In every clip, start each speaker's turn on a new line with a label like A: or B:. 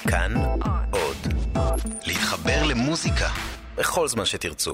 A: כאן עוד. להתחבר למוזיקה בכל זמן שתרצו.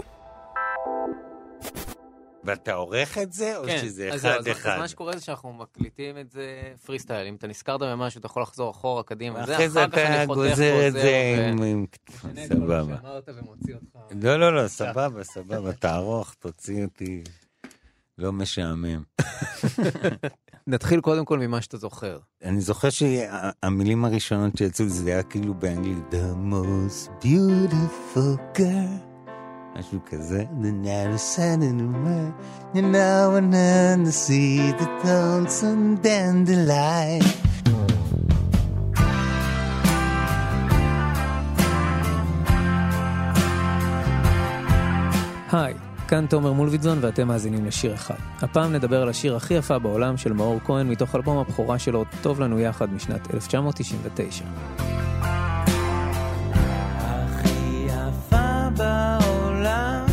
B: ואתה עורך את זה, או שזה אחד?
C: אז מה שקורה זה שאנחנו מקליטים את זה פרי סטייל. אם אתה נזכרת במשהו, אתה יכול לחזור אחורה, קדימה.
B: אחרי זה אתה גוזר את זה עם... סבבה. לא, סבבה. תערוך, תוציא אותי. לא משעמם.
C: נתחיל קודם כל ממה שאתה זוכר.
B: אני זוכר שהמילים הראשונות שיצאו, זה היה כאילו באנגלית, The most beautiful girl. משהו כזה. The night is setting away, you know, and then to see the tones and dandelion.
C: היי, כאן תומר מולביטזון ואתם מאזינים לשיר אחד. הפעם נדבר על השיר הכי יפה בעולם של מאור כהן מתוך אלבום הבכורה שלו, טוב לנו יחד, משנת 1999.
D: הכי יפה בעולם,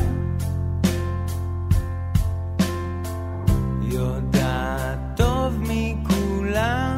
D: יודעת טוב מכולם.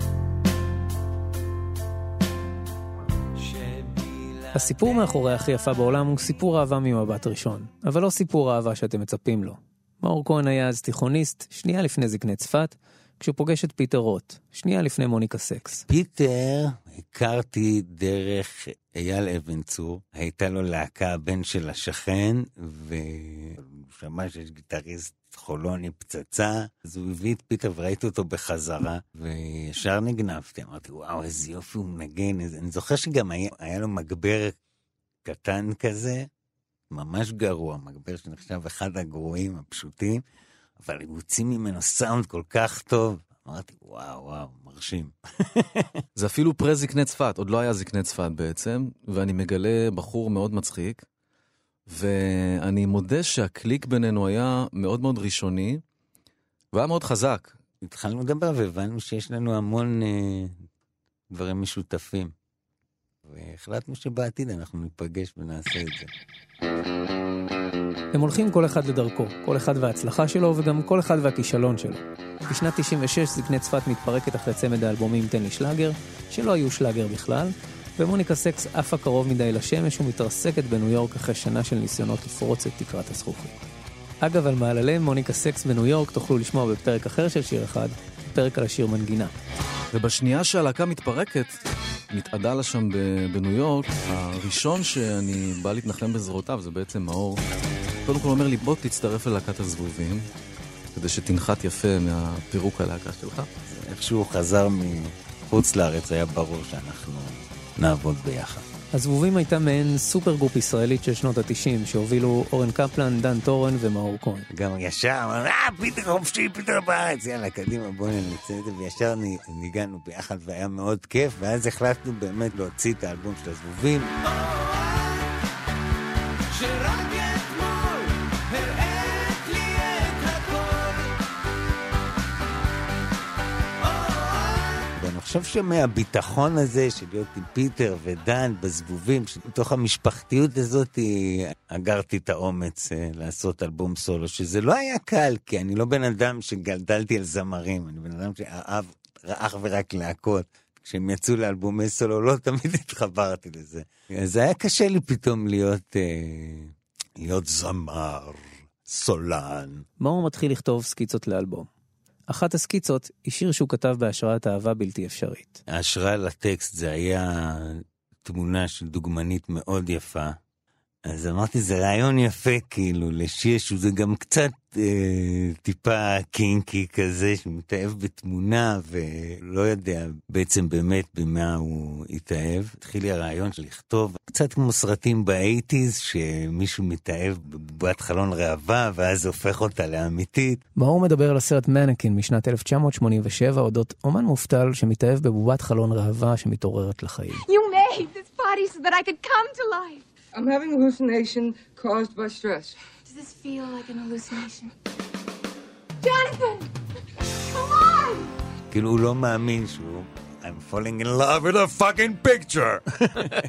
C: הסיפור מאחורי הכי יפה בעולם הוא סיפור אהבה ממבט ראשון, אבל לא סיפור אהבה שאתם מצפים לו. מאור כהן היה אז תיכוניסט, שנייה לפני זקני צפת, כשהוא פוגש את פיטר רוט, שנייה לפני מוניקה סקס.
B: פיטר הכרתי דרך אייל אבן צור, הייתה לו להקה הבן של השכן, ושמע שיש גיטריסט חולוני פצצה, אז הוא הביא את פיטר וראיתי אותו בחזרה, וישר נגנבתי, אמרתי וואו איזה יופי הוא מנגן, אני זוכר שגם היה לו מגבר קטן כזה, ממש גרוע, מגבר שנחשב אחד הגרועים הפשוטים, אבל הוא הוציא ממנו סאונד כל כך טוב, אמרתי וואו, מרשים.
E: זה אפילו פרה זקני צפת, עוד לא היה זקני צפת בעצם, ואני מגלה בחור מאוד מצחיק, ואני מודה שהקליק בינינו היה מאוד מאוד ראשוני, והיה מאוד חזק.
B: התחלנו לדבר והבנו שיש לנו המון דברים משותפים, והחלטנו שבעתיד אנחנו ניפגש ונעשה את זה.
C: הם הולכים כל אחד לדרכו, כל אחד וההצלחה שלו וגם כל אחד והכישלון שלו. בשנת 96 זקני צפת מתפרקת אחרי צמד האלבומים תן לי שלאגר, שלא היו שלאגר בכלל, ומוניקה סקס עפה קרוב מדי לשמש ומתרסקת בניו יורק אחרי שנה של ניסיונות לפרוץ את תקרת הזכוכית. אגב, על מעללי מוניקה סקס בניו יורק תוכלו לשמוע בפרק אחר של שיר אחד, פרק על השיר מנגינה.
E: ובשנייה שהלהקה מתפרקת, מתעדה לה שם בניו יורק, הראשון שאני בא להתנחם בזרועותיו זה בעצם מאור. קודם כל אומר לי בוא תצטרף ללהקת הזבובים, כדי שתנחת יפה מהפירוק הלהקה שלך.
B: איכשהו חזר מחוץ לארץ, היה ברור שאנחנו נעבוד ביחד.
C: הזבובים הייתה מעין סופר גרופ ישראלית של שנות ה-90, שהובילו אורן קפלן, דן טורן ומאור כהן.
B: גם ישר, פיטר חופשי, פיטר בארץ, יאללה, קדימה, בואו נצא את זה, וישר ניגענו ביחד, והיה מאוד כיף, ואז החלטנו באמת להוציא את האלבום של הזבובים. אני חושב שמהביטחון הזה של להיות עם פיטר ודן בזבובים, מתוך המשפחתיות הזאת אגרתי את האומץ לעשות אלבום סולו, שזה לא היה קל, כי אני לא בן אדם שגדלתי על זמרים, אני בן אדם שאהב אך ורק להקות. כשהם יצאו לאלבומי סולו לא תמיד התחברתי לזה. אז היה קשה לי פתאום להיות זמר, סולן.
C: מאור מתחיל לכתוב סקיצות לאלבום. אחת הסקיצות היא שיר שהוא כתב בהשראת אהבה בלתי אפשרית.
B: ההשראה לטקסט זה היה תמונה של דוגמנית מאוד יפה. אז אמרתי, זה רעיון יפה כאילו לשיר שזה גם קצת טיפה קינקי כזה, שמתאהב בתמונה ולא יודע בעצם באמת במה הוא התאהב. התחיל לי הרעיון של לכתוב קצת כמו סרטים באייטיז, שמישהו מתאהב בבועת חלון ראווה ואז הופך אותה לאמיתית.
C: מאור מדבר על הסרט מנקין משנת 1987, אודות אומן מופתל שמתאהב בבועת חלון ראווה שמתעוררת לחיים.
F: You made this body so that I could come to life.
G: I'm having hallucination caused by stress.
F: Does this feel like an hallucination? Jonathan! Come on!
B: כאילו הוא לא מאמין שהוא I'm falling in love with a fucking picture.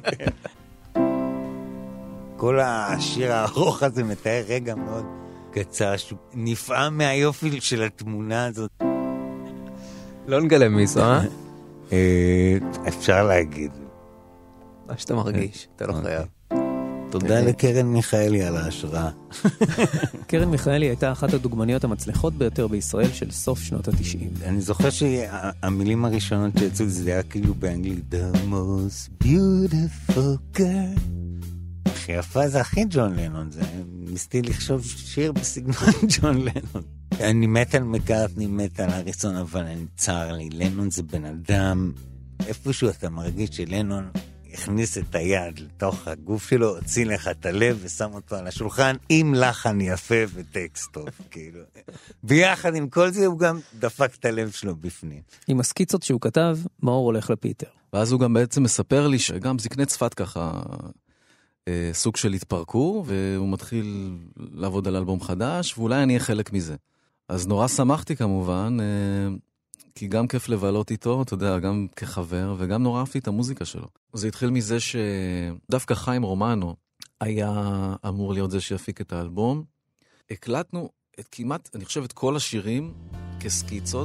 B: כל השיר הארוך הזה מתאר רגע מאוד קצר שהוא נפעם מהיופי של התמונה הזאת.
C: לא נגלה מיסו,
B: אפשר להגיד.
C: מה שאתה מרגיש, אתה לא חייב.
B: תודה לקרן מיכאלי על ההשראה.
C: קרן מיכאלי הייתה אחת הדוגמניות המצליחות ביותר בישראל של סוף שנות ה-90.
B: אני זוכר שהמילים הראשונות שיצאו זה היה כאילו באנגלית The most beautiful girl. הכי יפה זה הכי ג'ון לנון, זה ניסיתי לחשוב שיר בסגנון ג'ון לנון. אני מת על מקארטני, מת על אריסון, אבל אני צער לי, לנון זה בן אדם, איפשהו אתה מרגיש שלנון הכניס את היד לתוך הגוף שלו, הוציא לך את הלב ושם אותו על השולחן, עם לחן יפה וטקסט טוב, כאילו. ביחד עם כל זה הוא גם דפק את הלב שלו בפנים.
C: עם הסקיצות שהוא כתב, מאור הולך לפיטר.
E: ואז הוא גם בעצם מספר לי שגם זקני צפת ככה סוג של התפרקו, והוא מתחיל לעבוד על אלבום חדש, ואולי אני אהיה חלק מזה. אז נורא שמחתי כמובן, כי גם כיף לבלות איתו, אתה יודע, גם כחבר, וגם נורא אהבתי את המוזיקה שלו. זה התחיל מזה שדווקא חיים רומנו היה אמור להיות זה שיפיק את האלבום. הקלטנו את כמעט, אני חושב, את כל השירים כסקיצות.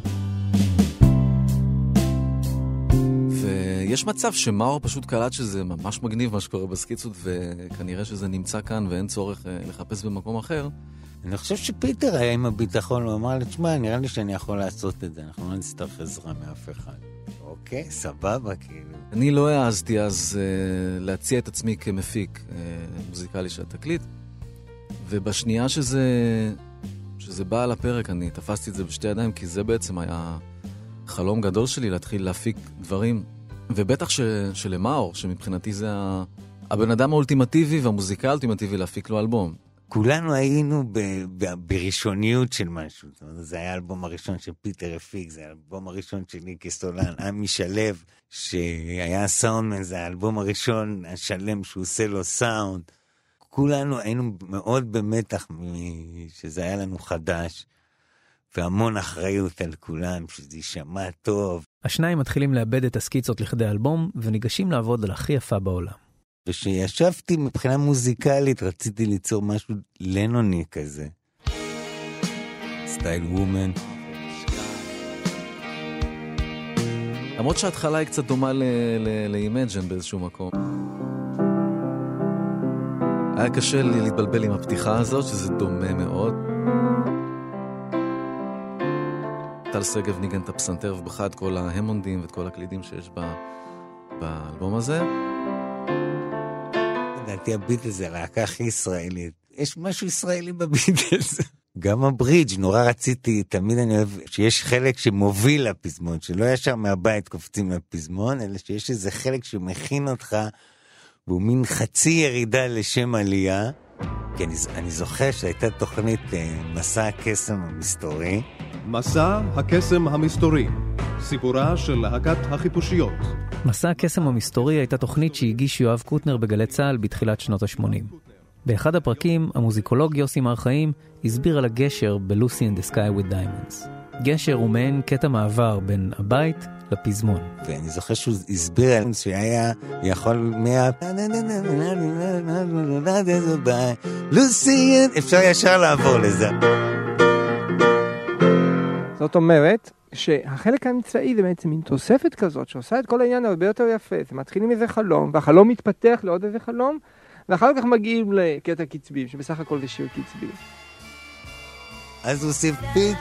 E: ויש מצב שמאור פשוט קלט שזה ממש מגניב מה שקורה בסקיצות, וכנראה שזה נמצא כאן ואין צורך לחפש במקום אחר.
B: אני חושב שפיטר היה עם הביטחון, הוא אמר לי, תשמע, נראה לי שאני יכול לעשות את זה, אנחנו לא נצטרך עזרה מאף אחד. אוקיי, סבבה, כאילו.
E: אני לא העזתי אז להציע את עצמי כמפיק מוזיקלי של התקליט, ובשנייה שזה בא על הפרק, אני תפסתי את זה בשתי ידיים, כי זה בעצם היה חלום גדול שלי להתחיל להפיק דברים, ובטח שלמאור, שמבחינתי זה הבן אדם האולטימטיבי והמוזיקה האולטימטיבי להפיק לו אלבום.
B: כולנו היינו בראשוניות של משהו. זאת אומרת, זה היה האלבום הראשון של פיטר הפיק, זה האלבום הראשון של ניקי סולן, עמי שלב, שהיה סאונדמן, זה האלבום הראשון השלם שהוא עושה לו סאונד. כולנו היינו מאוד במתח שזה היה לנו חדש, והמון אחריות על כולם, שזה יישמע טוב.
C: השניים מתחילים לאבד את הסקיצות לכדי אלבום, וניגשים לעבוד על הכי יפה בעולם.
B: ושישבתי מבחינה מוזיקלית, רציתי ליצור משהו לנוני כזה. סטייל וומן.
E: למרות שההתחלה היא קצת דומה לאימג'ן באיזשהו מקום. היה קשה לי להתבלבל עם הפתיחה הזאת, שזה דומה מאוד. טל סגב ניגן את הפסנתר ובחד כל ההמונדים ואת כל הקלידים שיש באלבום הזה.
B: לדעתי הביטלס זה הלהקה הכי ישראלית. יש משהו ישראלי בביטלס. גם הברידג' נורא רציתי, תמיד אני אוהב שיש חלק שמוביל לפזמון, שלא ישר מהבית קופצים לפזמון, אלא שיש איזה חלק שמכין אותך, והוא מין חצי ירידה לשם עלייה. כי אני זוכר שהייתה תוכנית מסע הקסם המסתורי.
H: מסע הקסם המסתורי, סיפורה של להקת החיפושיות.
C: מסע הקסם המסתורי הייתה תוכנית שהגיש יואב קוטנר בגלי צהל בתחילת שנות ה-80. באחד הפרקים, המוזיקולוג יוסי מרחיים הסביר על הגשר ב-Lucy in the Sky with Diamonds. גשר הוא מעין קטע מעבר בין הבית לפזמון.
B: ואני זוכר שהוא הסביר על שהיה יכול Lucy, אפשר ישר לעבור לזה.
I: זאת אומרת שהחלק האמצעי זה בעצם מין תוספת כזאת שעושה את כל העניין הרבה יותר יפה. זה מתחיל עם איזה חלום, והחלום מתפתח לעוד איזה חלום, ואחר כך מגיעים לקטע קצבי, שבסך הכל זה שיר קצבי.
B: אז הוא עושה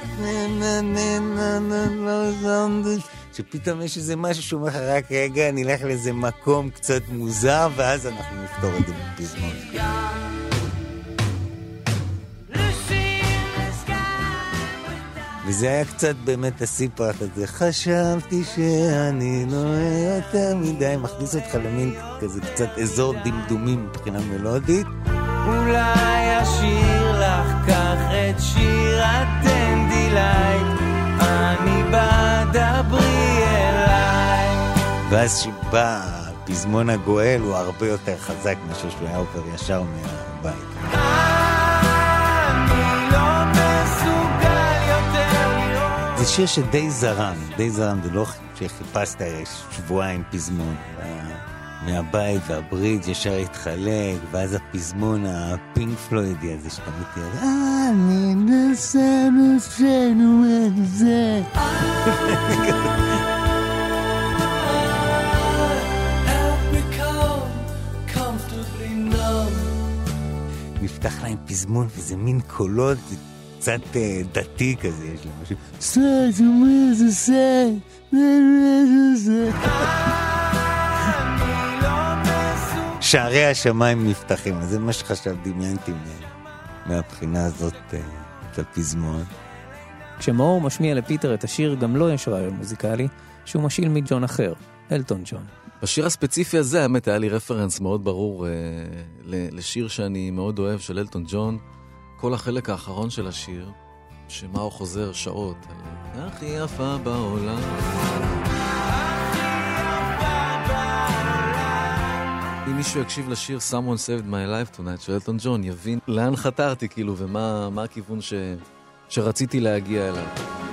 B: שפתאום יש איזה משהו שהוא אומר רק רגע, נלך לאיזה מקום קצת מוזר, ואז אנחנו נפתור את זה בפזמון. וזה היה קצת באמת הסיפרת הזה, חשבתי שאני לא יותר מדי, מכניס אותך למין כזה קצת אזור דמדומים מבחינה מלודית.
D: אולי אשיר לך כך את שיר הטנדילייט, אני בדברי אליי.
B: ואז שבא הפזמון הגואל הוא הרבה יותר חזק מאשר שהוא היה עובר ישר מהבית. זה שיר שדי זרם, זה לא שחיפשת שבועיים פזמון מהבית, והברידג' ישר התחלק, ואז הפזמון הפינק פלוידי הזה שאתה מתאר, אני נסענו את זה.
D: Help me call
B: נפתח להם פזמון, וזה מין קולות, זה קצת דתי כזה, יש להם משהו, שערי השמיים נפתחים, אז זה מה שחשב, דמיינתי מהבחינה הזאת את הפזמון.
C: כשמאור משמיע לפיטר את השיר, גם לא יש רעיון מוזיקלי, שהוא משאיל מג'ון אחר, אלטון ג'ון.
E: בשיר הספציפי הזה, האמת, היה לי רפרנס מאוד ברור לשיר שאני מאוד אוהב, של אלטון ג'ון. כל החלק האחרון של השיר, שמאור חוזר שעות, הכי יפה בעולם. אם מישהו יקשיב לשיר Someone Saved My Life Tonight של אלטון ג'ון, יבין לאן חתרתי כאילו, ומה הכיוון שרציתי להגיע אליו.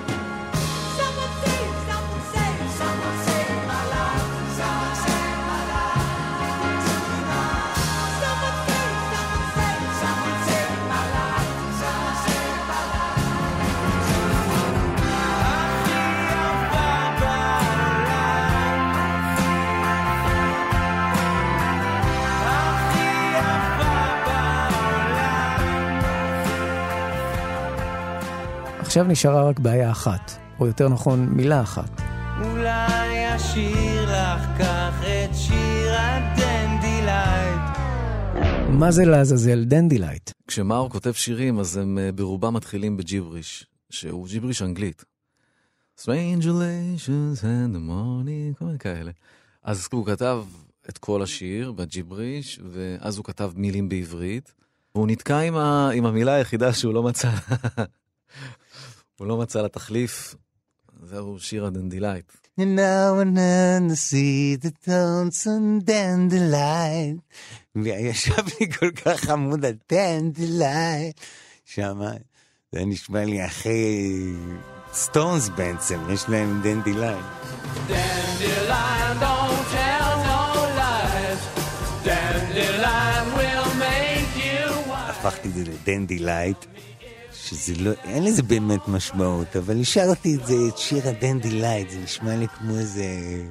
C: עכשיו נשארה רק בעיה אחת, או יותר נכון מילה אחת.
D: אולי אשיר לך כך את שיר הדנדילייט.
C: מה זה לעזאזל דנדילייט?
E: כשמאור כותב שירים, אז הם ברובם מתחילים בג'יבריש, שהוא ג'יבריש אנגלית. Strangulations and the morning, כל מיני כאלה. אז הוא כתב את כל השיר בג'יבריש, ואז הוא כתב מילים בעברית, והוא נתקע עם המילה היחידה שהוא לא מצא. הוא לא מצא לתחליף, זהו שיר הדנדילייט.
B: Now and then to see the tones and dandelight. וישב לי כל כך חמוד הדנדילייט. שמה, זה נשמע לי אחרי סטונס בעצם, יש להם דנדילייט.
D: Dandelion don't tell no lies. Dandelion will make you wise.
B: הפכתי את זה לדנדילייט. שזה לא, אין לזה באמת משמעות, אבל השארתי את זה, את שיר הדנדילייט, זה נשמע לי כמו איזה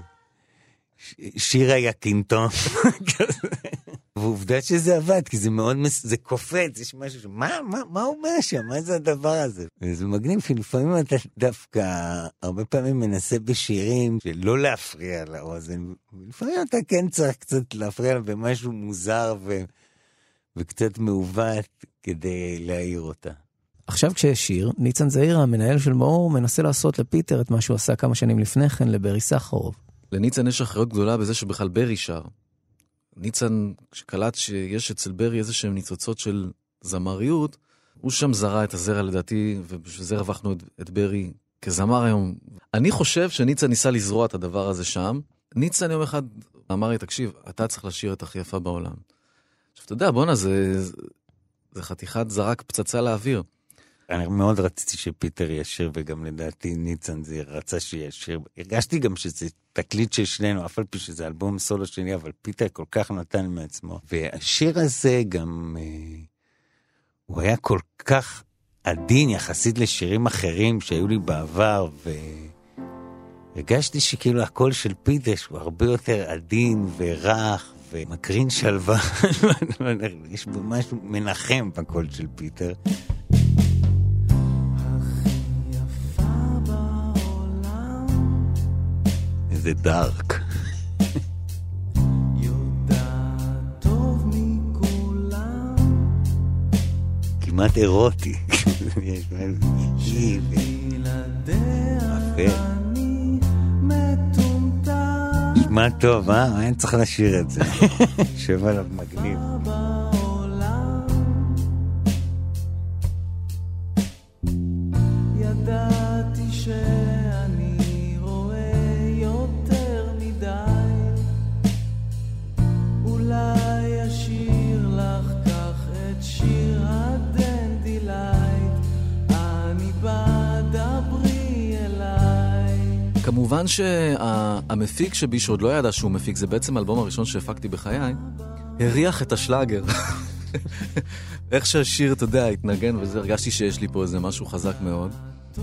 B: שיר היקינטון. ועובדה שזה עבד, כי זה מאוד, זה קופץ, יש משהו, מה אומר שם? מה זה הדבר הזה? וזה מגניב, שלפעמים אתה דווקא, הרבה פעמים מנסה בשירים, שלא להפריע לאוזן, ולפעמים אתה כן צריך קצת להפריע במשהו מוזר וקצת מעוות, כדי להעיר אותה.
C: עכשיו כשיש שיר, ניצן זעיר, המנהל של מאור, מנסה לעשות לפיטר את מה שהוא עשה כמה שנים לפני כן לברי סחרוב.
E: לניצן יש אחריות גדולה בזה שבכלל ברי שר. ניצן, שקלט שיש אצל ברי איזה שהם ניצוצות של זמריות, הוא שם זרה את הזרע לדעתי, ובשביל זה רווחנו את ברי כזמר היום. אני חושב שניצן ניסה לזרוע את הדבר הזה שם. ניצן יום אחד אמר לי, תקשיב, אתה צריך לשיר את הכי יפה בעולם. עכשיו, אתה יודע, בונה, זה חתיכת זרק פצצה לאוויר.
B: אני מאוד רציתי שפיטר ישיר, וגם לדעתי ניצן זה רצה שישיר. הרגשתי גם שזה תקליט של שנינו, אף על פי שזה אלבום סולו שני, אבל פיטר כל כך נתן מעצמו. והשיר הזה גם, הוא היה כל כך עדין יחסית לשירים אחרים שהיו לי בעבר, והרגשתי שכאילו הקול של פיטר שהוא הרבה יותר עדין ורך, ומקרין שלווה. יש בו משהו מנחם בקול של פיטר. זה דארק. כמעט אירוטי. יש איי נשמע טוב, אין צריך לשיר את זה. שווה עליו מגניב.
D: ידעתי שאני רואה יותר מדי, אולי אשיר לך כך את שיר הדנדילייט, אני בדברי אליי.
E: כמובן שהמפיק שבי שעוד לא ידע שהוא מפיק, זה בעצם האלבום הראשון שהפקתי בחיי, הריח את השלאגר. איך שהשיר, אתה יודע, התנגן, וזה הרגשתי שיש לי פה איזה משהו חזק מאוד.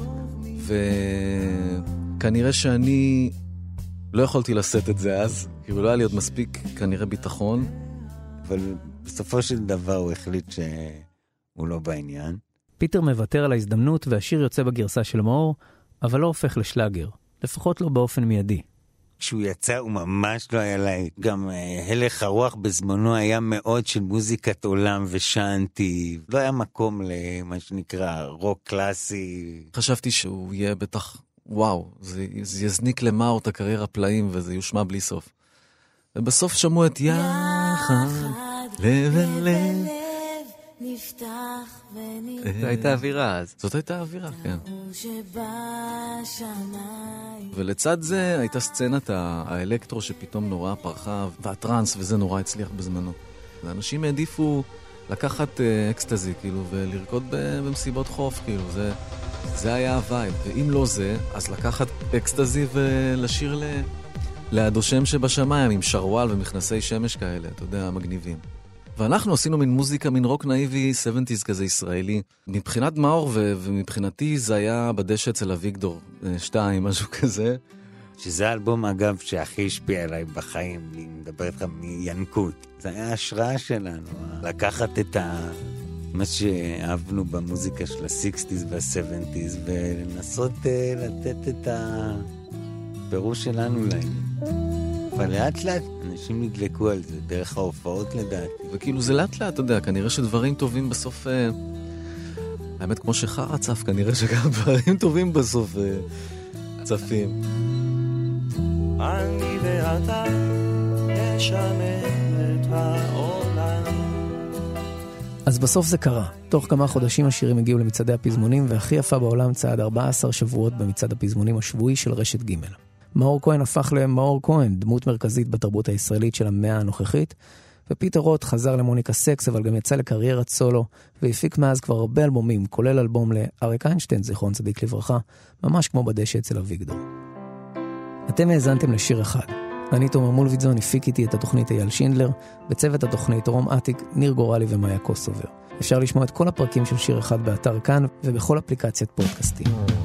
E: וכנראה שאני לא יכולתי לשאת את זה אז, כי לא היה לי עוד מספיק כנראה ביטחון.
B: אבל בסופו של דבר הוא החליט הוא לא בעניין.
C: פיטר מוותר על ההזדמנות והשיר יוצא בגרסה של מאור, אבל לא הופך לשלאגר, לפחות לא באופן מיידי.
B: כשהוא יצא הוא ממש לא היה להיט. גם הלך הרוח בזמנו היה מאוד של מוזיקת עולם ושנתי. לא היה מקום למה שנקרא רוק קלאסי.
E: חשבתי שהוא יהיה בטח, וואו, זה יזניק למאור את הקריירה פלאים וזה יושמע בלי סוף. ובסוף שמעו את יחד, לב אל לב,
D: נפתח ונפתח.
C: זו הייתה אווירה אז.
E: זאת הייתה אווירה, כן. ולצד זה הייתה סצנת האלקטרו שפתאום נורא פרחה, והטרנס, וזה נורא הצליח בזמנו. ואנשים העדיפו לקחת אקסטזי, כאילו, ולרקוד במסיבות חוף, כאילו, זה היה הווייב. ואם לא זה, אז לקחת אקסטזי ולשיר להדושם שבשמיים, עם שרוואל ומכנסי שמש כאלה, אתה יודע, מגניבים. ואנחנו עשינו מין מוזיקה, מין רוק נאיבי, 70s כזה ישראלי. מבחינת מאור ומבחינתי זה היה בדשא אצל אביגדור 2, משהו כזה.
B: שזה האלבום, אגב, שהכי השפיע עליי בחיים, אני מדבר איתך מינקות. זה היה ההשראה שלנו, לקחת את מה שאהבנו במוזיקה של ה-60s וה-70s, ולנסות לתת את הפירוש שלנו להם. אבל לאט לאט אנשים נדלקו על זה, דרך ההופעות לדעתי.
E: וכאילו זה לאט לאט, אתה יודע, כנראה שדברים טובים בסוף... האמת, כמו שחר צף, כנראה שגם דברים טובים בסוף צפים.
D: אני ואתה נשנה את העולם.
C: אז בסוף זה קרה. תוך כמה חודשים השירים הגיעו למצעדי הפזמונים, והכי יפה בעולם צעד 14 שבועות במצעד הפזמונים השבועי של רשת ג'. מאור כהן הפך למאור כהן, דמות מרכזית בתרבות הישראלית של המאה הנוכחית, ופיטר רוט חזר למוניקה סקס, אבל גם יצא לקריירת סולו, והפיק מאז כבר הרבה אלבומים, כולל אלבום לאריק איינשטיין, זיכרון צדיק לברכה, ממש כמו בדשא אצל אביגדור. אתם האזנתם לשיר אחד. אני תומר מולביטזון, הפיק איתי את התוכנית אייל שינדלר, בצוות התוכנית רום עתיק, ניר גורלי ומאיה קוסובר. אפשר לשמוע את כל הפרקים של שיר אחד באתר כאן, ובכל אפליקציית פודקאסטים.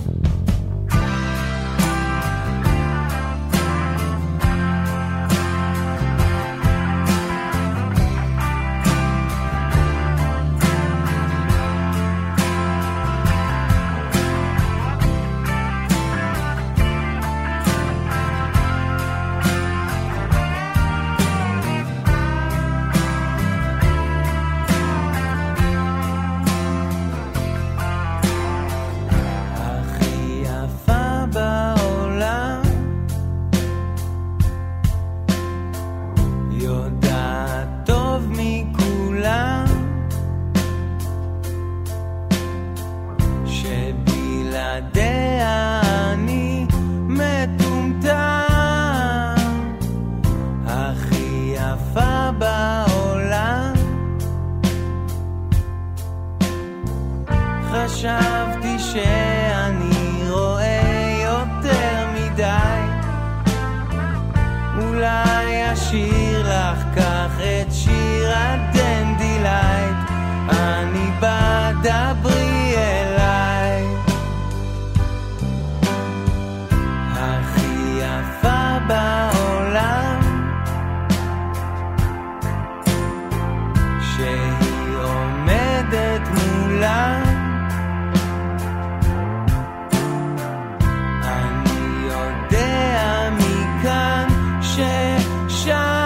D: חשבתי שאני רואה יותר מדי, אולי אשיר לך כך את שיר הדנדילייט, אני בא דברי אליי, הכי יפה בעולם, שהיא עומדת מולה, אני יודע מכאן ששם